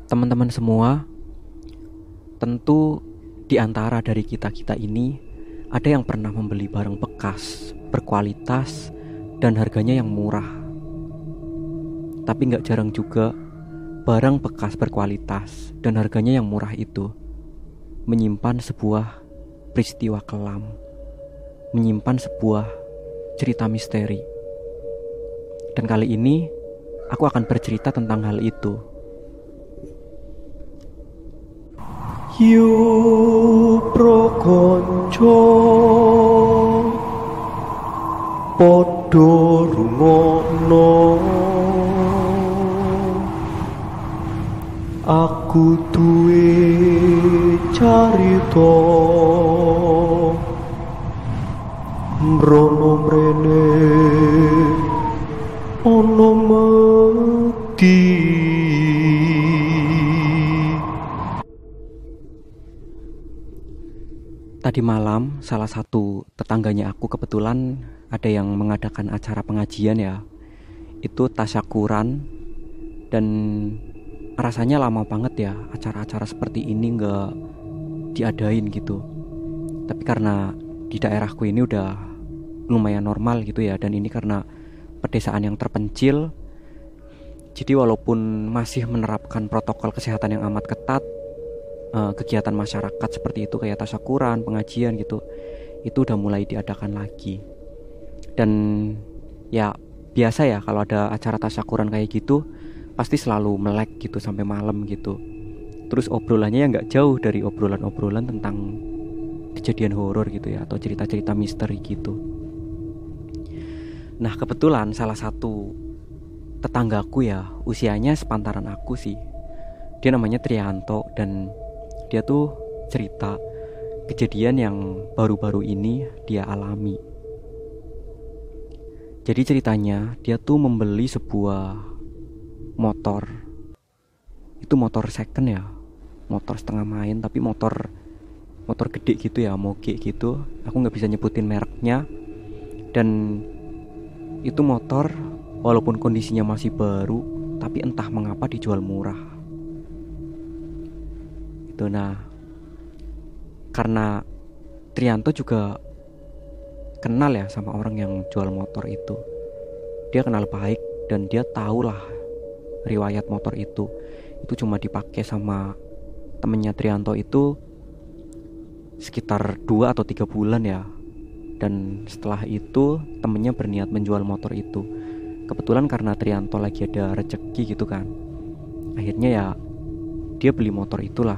Teman-teman semua, tentu di antara dari kita-kita ini ada yang pernah membeli barang bekas, berkualitas, dan harganya yang murah. Tapi gak jarang juga barang bekas berkualitas dan harganya yang murah itu menyimpan sebuah peristiwa kelam, menyimpan sebuah cerita misteri. Dan kali ini aku akan bercerita tentang hal itu. Yu prokonco podo rungono, aku duwe carita mrono mrene ono mati. Tadi malam salah satu tetangganya aku kebetulan ada yang mengadakan acara pengajian ya. Itu tasyakuran, dan rasanya lama banget ya acara-acara seperti ini gak diadain gitu. Tapi karena di daerahku ini udah lumayan normal gitu ya, dan ini karena pedesaan yang terpencil, jadi walaupun masih menerapkan protokol kesehatan yang amat ketat, kegiatan masyarakat seperti itu kayak tasyakuran, pengajian gitu, itu udah mulai diadakan lagi. Dan ya biasa ya kalau ada acara tasyakuran kayak gitu pasti selalu melek gitu sampai malam gitu. Terus obrolannya ya nggak jauh dari obrolan-obrolan tentang kejadian horor gitu ya, atau cerita-cerita misteri gitu. Nah kebetulan salah satu tetanggaku ya, usianya sepantaran aku sih, dia namanya Trianto, dan dia tuh cerita kejadian yang baru-baru ini dia alami. Jadi ceritanya dia tuh membeli sebuah motor. Itu motor second ya, motor setengah main, tapi motor gede gitu ya, moge gitu. Aku nggak bisa nyebutin mereknya. Dan itu motor walaupun kondisinya masih baru, tapi entah mengapa dijual murah. Itu nah, karena Trianto juga kenal ya sama orang yang jual motor itu. Dia kenal baik dan dia tahulah riwayat motor itu. Itu cuma dipakai sama temennya Trianto itu sekitar 2 atau 3 bulan ya. Dan setelah itu temennya berniat menjual motor itu. Kebetulan karena Trianto lagi ada rezeki gitu kan, akhirnya ya dia beli motor itulah.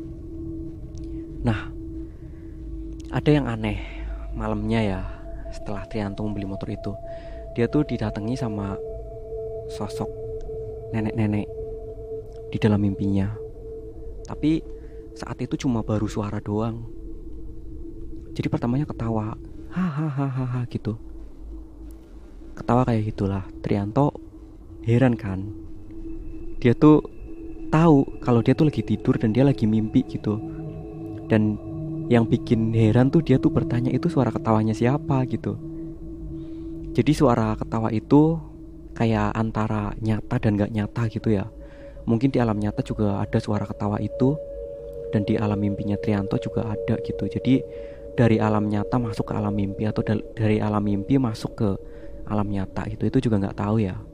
Nah ada yang aneh malamnya ya, setelah Trianto membeli motor itu, dia tuh didatangi sama sosok nenek-nenek di dalam mimpinya. Tapi saat itu cuma baru suara doang. Jadi pertamanya ketawa, hahaha gitu. Ketawa kayak gitulah. Trianto heran kan. Dia tuh tahu kalau dia tuh lagi tidur dan dia lagi mimpi gitu. Dan yang bikin heran tuh dia tuh bertanya itu suara ketawanya siapa gitu. Jadi suara ketawa itu kayak antara nyata dan gak nyata gitu ya. Mungkin di alam nyata juga ada suara ketawa itu, dan di alam mimpinya Trianto juga ada gitu. Jadi dari alam nyata masuk ke alam mimpi, atau dari alam mimpi masuk ke alam nyata gitu, itu juga gak tahu ya.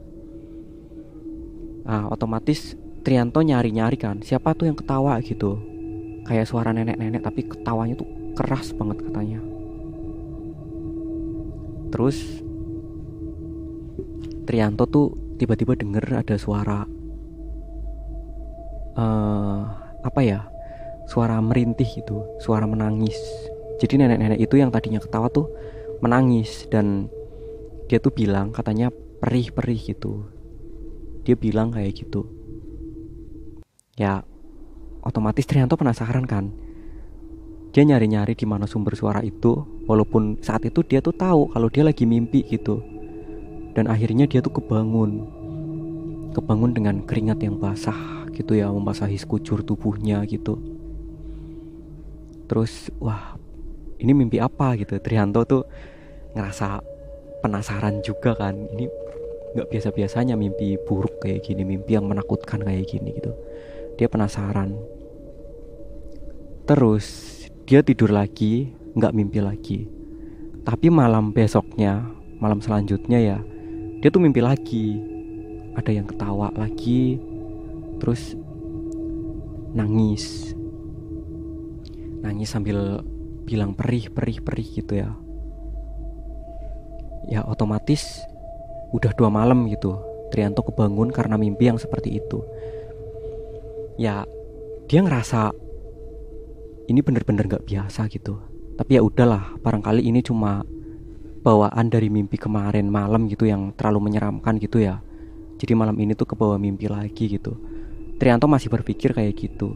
Nah otomatis Trianto nyari-nyari kan, siapa tuh yang ketawa gitu. Kayak suara nenek-nenek tapi ketawanya tuh keras banget katanya. Terus Trianto tuh tiba-tiba denger ada suara apa ya, suara merintih gitu, suara menangis. Jadi nenek-nenek itu yang tadinya ketawa tuh menangis, dan dia tuh bilang katanya perih-perih gitu. Dia bilang kayak gitu. Ya otomatis Trianto penasaran kan. Dia nyari-nyari di mana sumber suara itu, walaupun saat itu dia tuh tahu kalau dia lagi mimpi gitu. Dan akhirnya dia tuh kebangun dengan keringat yang basah gitu ya, membasahi sekujur tubuhnya gitu. Terus wah, ini mimpi apa gitu. Trianto tuh ngerasa penasaran juga kan. Ini gak biasa-biasanya mimpi buruk kayak gini, mimpi yang menakutkan kayak gini gitu. Dia penasaran. Terus dia tidur lagi, gak mimpi lagi. Tapi malam besoknya, malam selanjutnya ya, dia tuh mimpi lagi. Ada yang ketawa lagi, terus nangis sambil bilang perih gitu ya. Ya otomatis udah 2 malam gitu Trianto kebangun karena mimpi yang seperti itu. Ya dia ngerasa ini bener-bener gak biasa gitu. Tapi ya udahlah, barangkali ini cuma bawaan dari mimpi kemarin malam gitu yang terlalu menyeramkan gitu ya. Jadi malam ini tuh kebawa mimpi lagi gitu. Trianto masih berpikir kayak gitu.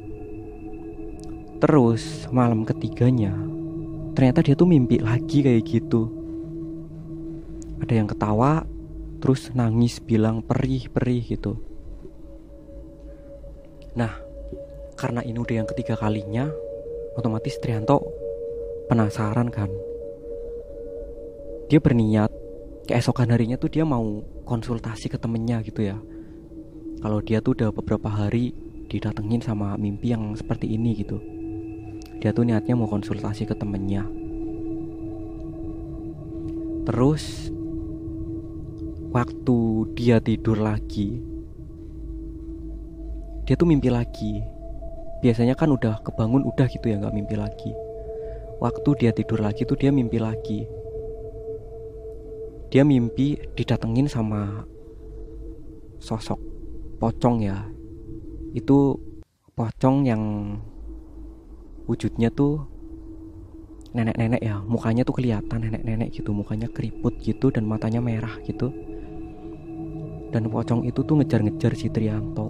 Terus malam ketiganya ternyata dia tuh mimpi lagi kayak gitu. Ada yang ketawa, terus nangis bilang perih gitu. Nah, karena ini udah yang ketiga kalinya, otomatis Trianto penasaran kan. Dia berniat keesokan harinya tuh dia mau konsultasi ke temennya gitu ya. Kalau dia tuh udah beberapa hari didatengin sama mimpi yang seperti ini gitu. Dia tuh niatnya mau konsultasi ke temennya. Terus waktu dia tidur lagi, dia tuh mimpi lagi. Biasanya kan udah kebangun udah gitu ya, gak mimpi lagi. Waktu dia tidur lagi tuh dia mimpi lagi. Dia mimpi didatengin sama sosok pocong ya. Itu pocong yang wujudnya tuh nenek-nenek ya. Mukanya tuh kelihatan nenek-nenek gitu. Mukanya keriput gitu dan matanya merah gitu. Dan pocong itu tuh ngejar-ngejar si Trianto.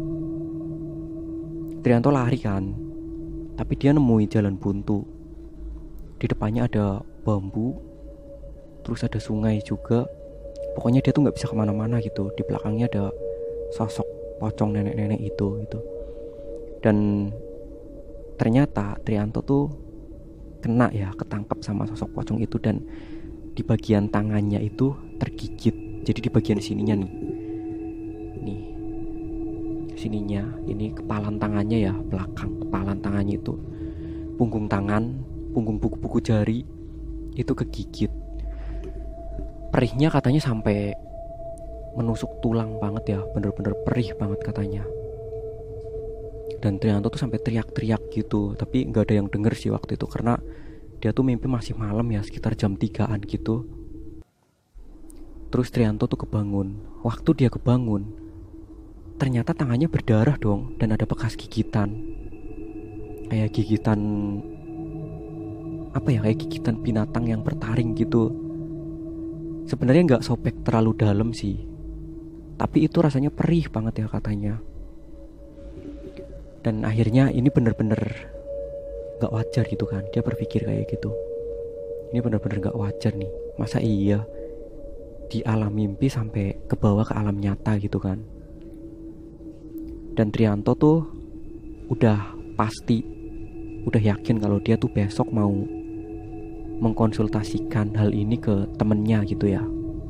Trianto lari kan, tapi dia nemuin jalan buntu. Di depannya ada bambu, terus ada sungai juga. Pokoknya dia tuh gak bisa kemana-mana gitu. Di belakangnya ada sosok pocong nenek-nenek itu gitu. Dan ternyata Trianto tuh kena ya, ketangkep sama sosok pocong itu. Dan di bagian tangannya itu tergigit. Jadi di bagian sininya nih, sininya, ini kepalan tangannya ya, belakang kepalan tangannya itu, punggung tangan, punggung buku-buku jari itu kegigit. Perihnya katanya sampai menusuk tulang banget ya, bener-bener perih banget katanya. Dan Trianto tuh sampai teriak-teriak gitu, tapi nggak ada yang denger sih waktu itu karena dia tuh mimpi masih malam ya, sekitar jam 3-an gitu. Terus Trianto tuh kebangun. Waktu dia kebangun, ternyata tangannya berdarah dong, dan ada bekas gigitan. Kayak gigitan apa ya, kayak gigitan binatang yang bertaring gitu. Sebenarnya nggak sobek terlalu dalam sih, tapi itu rasanya perih banget ya katanya. Dan akhirnya ini bener-bener gak wajar gitu kan. Dia berpikir kayak gitu, ini bener-bener gak wajar nih. Masa iya di alam mimpi sampai kebawa ke alam nyata gitu kan. Dan Trianto tuh udah pasti, udah yakin kalau dia tuh besok mau mengkonsultasikan hal ini ke temennya gitu ya.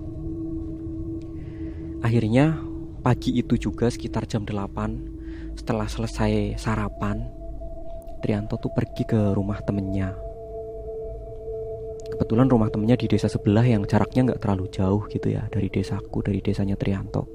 Akhirnya pagi itu juga sekitar jam 8, setelah selesai sarapan, Trianto tuh pergi ke rumah temennya. Kebetulan rumah temennya di desa sebelah yang jaraknya gak terlalu jauh gitu ya, dari desaku, dari desanya Trianto.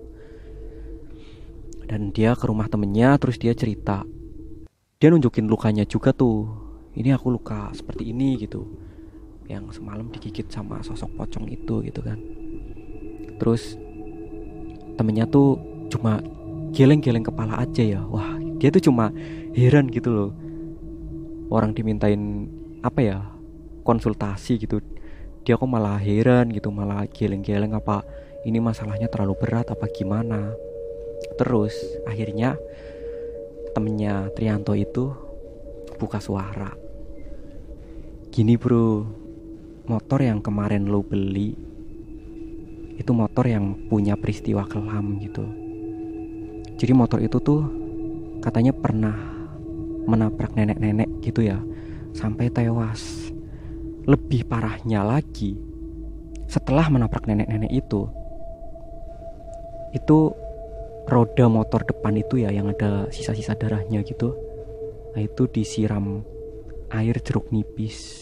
Dan dia ke rumah temennya, terus dia cerita. Dia nunjukin lukanya juga tuh. Ini aku luka seperti ini gitu, yang semalam digigit sama sosok pocong itu gitu kan. Terus temennya tuh cuma geleng-geleng kepala aja ya. Wah, dia tuh cuma heran gitu loh. Orang dimintain apa ya, konsultasi gitu, dia kok malah heran gitu, malah geleng-geleng. Apa ini masalahnya terlalu berat apa gimana. Terus akhirnya temennya Trianto itu buka suara. Gini bro, motor yang kemarin lo beli itu motor yang punya peristiwa kelam gitu. Jadi motor itu tuh katanya pernah menabrak nenek-nenek gitu ya, sampai tewas. Lebih parahnya lagi, setelah menabrak nenek-nenek itu roda motor depan itu ya yang ada sisa-sisa darahnya gitu, nah itu disiram air jeruk nipis.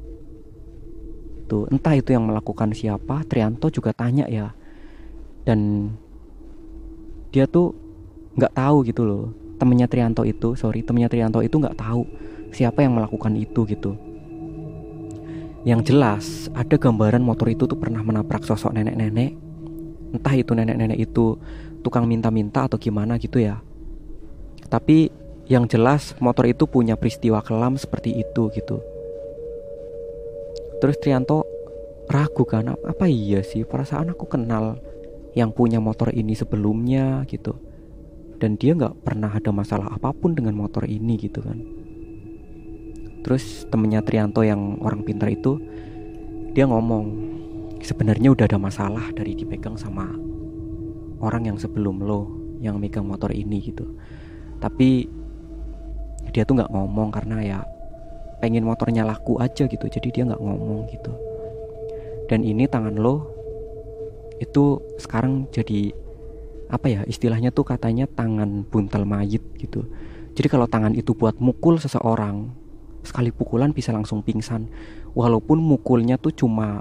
Tuh, entah itu yang melakukan siapa. Trianto juga tanya ya, dan dia tuh nggak tahu gitu loh. Temennya Trianto itu nggak tahu siapa yang melakukan itu gitu. Yang jelas ada gambaran motor itu tuh pernah menabrak sosok nenek-nenek. Entah itu nenek-nenek itu tukang minta-minta atau gimana gitu ya. Tapi yang jelas motor itu punya peristiwa kelam seperti itu gitu. Terus Trianto ragu kan, apa iya sih, perasaan aku kenal yang punya motor ini sebelumnya gitu, dan dia gak pernah ada masalah apapun dengan motor ini gitu kan. Terus temennya Trianto yang orang pintar itu, dia ngomong sebenarnya udah ada masalah dari dipegang sama orang yang sebelum lo yang megang motor ini gitu. Tapi dia tuh gak ngomong karena ya pengen motornya laku aja gitu, jadi dia nggak ngomong gitu. Dan ini tangan lo itu sekarang jadi apa ya istilahnya tuh, katanya tangan buntal mayit gitu. Jadi kalau tangan itu buat mukul seseorang, sekali pukulan bisa langsung pingsan, walaupun mukulnya tuh cuma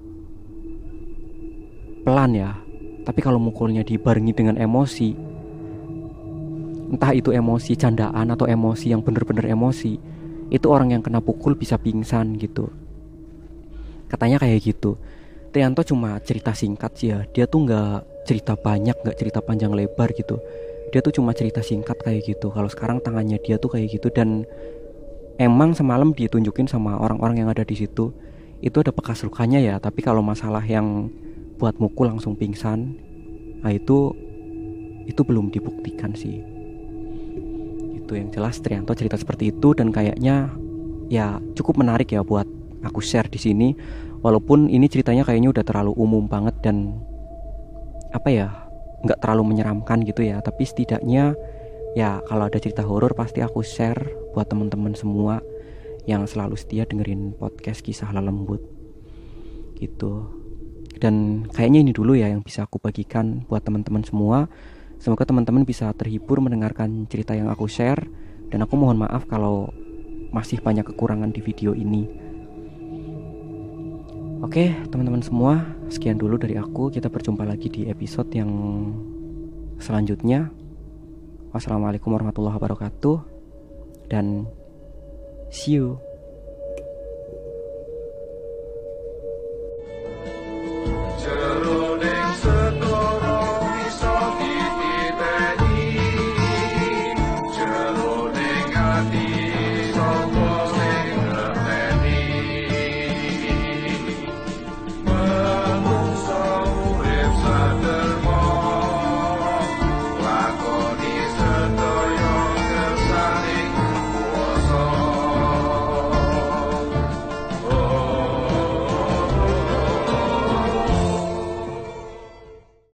pelan ya. Tapi kalau mukulnya dibarengi dengan emosi, entah itu emosi candaan atau emosi yang bener-bener emosi, itu orang yang kena pukul bisa pingsan gitu. Katanya kayak gitu. Trianto cuma cerita singkat sih ya. Dia tuh gak cerita banyak, gak cerita panjang lebar gitu. Dia tuh cuma cerita singkat kayak gitu. Kalau sekarang tangannya dia tuh kayak gitu. Dan emang semalam ditunjukin sama orang-orang yang ada di situ, itu ada bekas lukanya ya. Tapi kalau masalah yang buat mukul langsung pingsan, nah itu belum dibuktikan sih. Yang jelas Trianto cerita seperti itu, dan kayaknya ya cukup menarik ya buat aku share di sini. Walaupun ini ceritanya kayaknya udah terlalu umum banget dan apa ya, nggak terlalu menyeramkan gitu ya. Tapi setidaknya ya kalau ada cerita horor pasti aku share buat teman-teman semua yang selalu setia dengerin podcast Kisah Lelembut gitu. Dan kayaknya ini dulu ya yang bisa aku bagikan buat teman-teman semua. Semoga teman-teman bisa terhibur mendengarkan cerita yang aku share. Dan aku mohon maaf kalau masih banyak kekurangan di video ini. Oke teman-teman semua, sekian dulu dari aku. Kita berjumpa lagi di episode yang selanjutnya. Wassalamualaikum warahmatullahi wabarakatuh. Dan see you.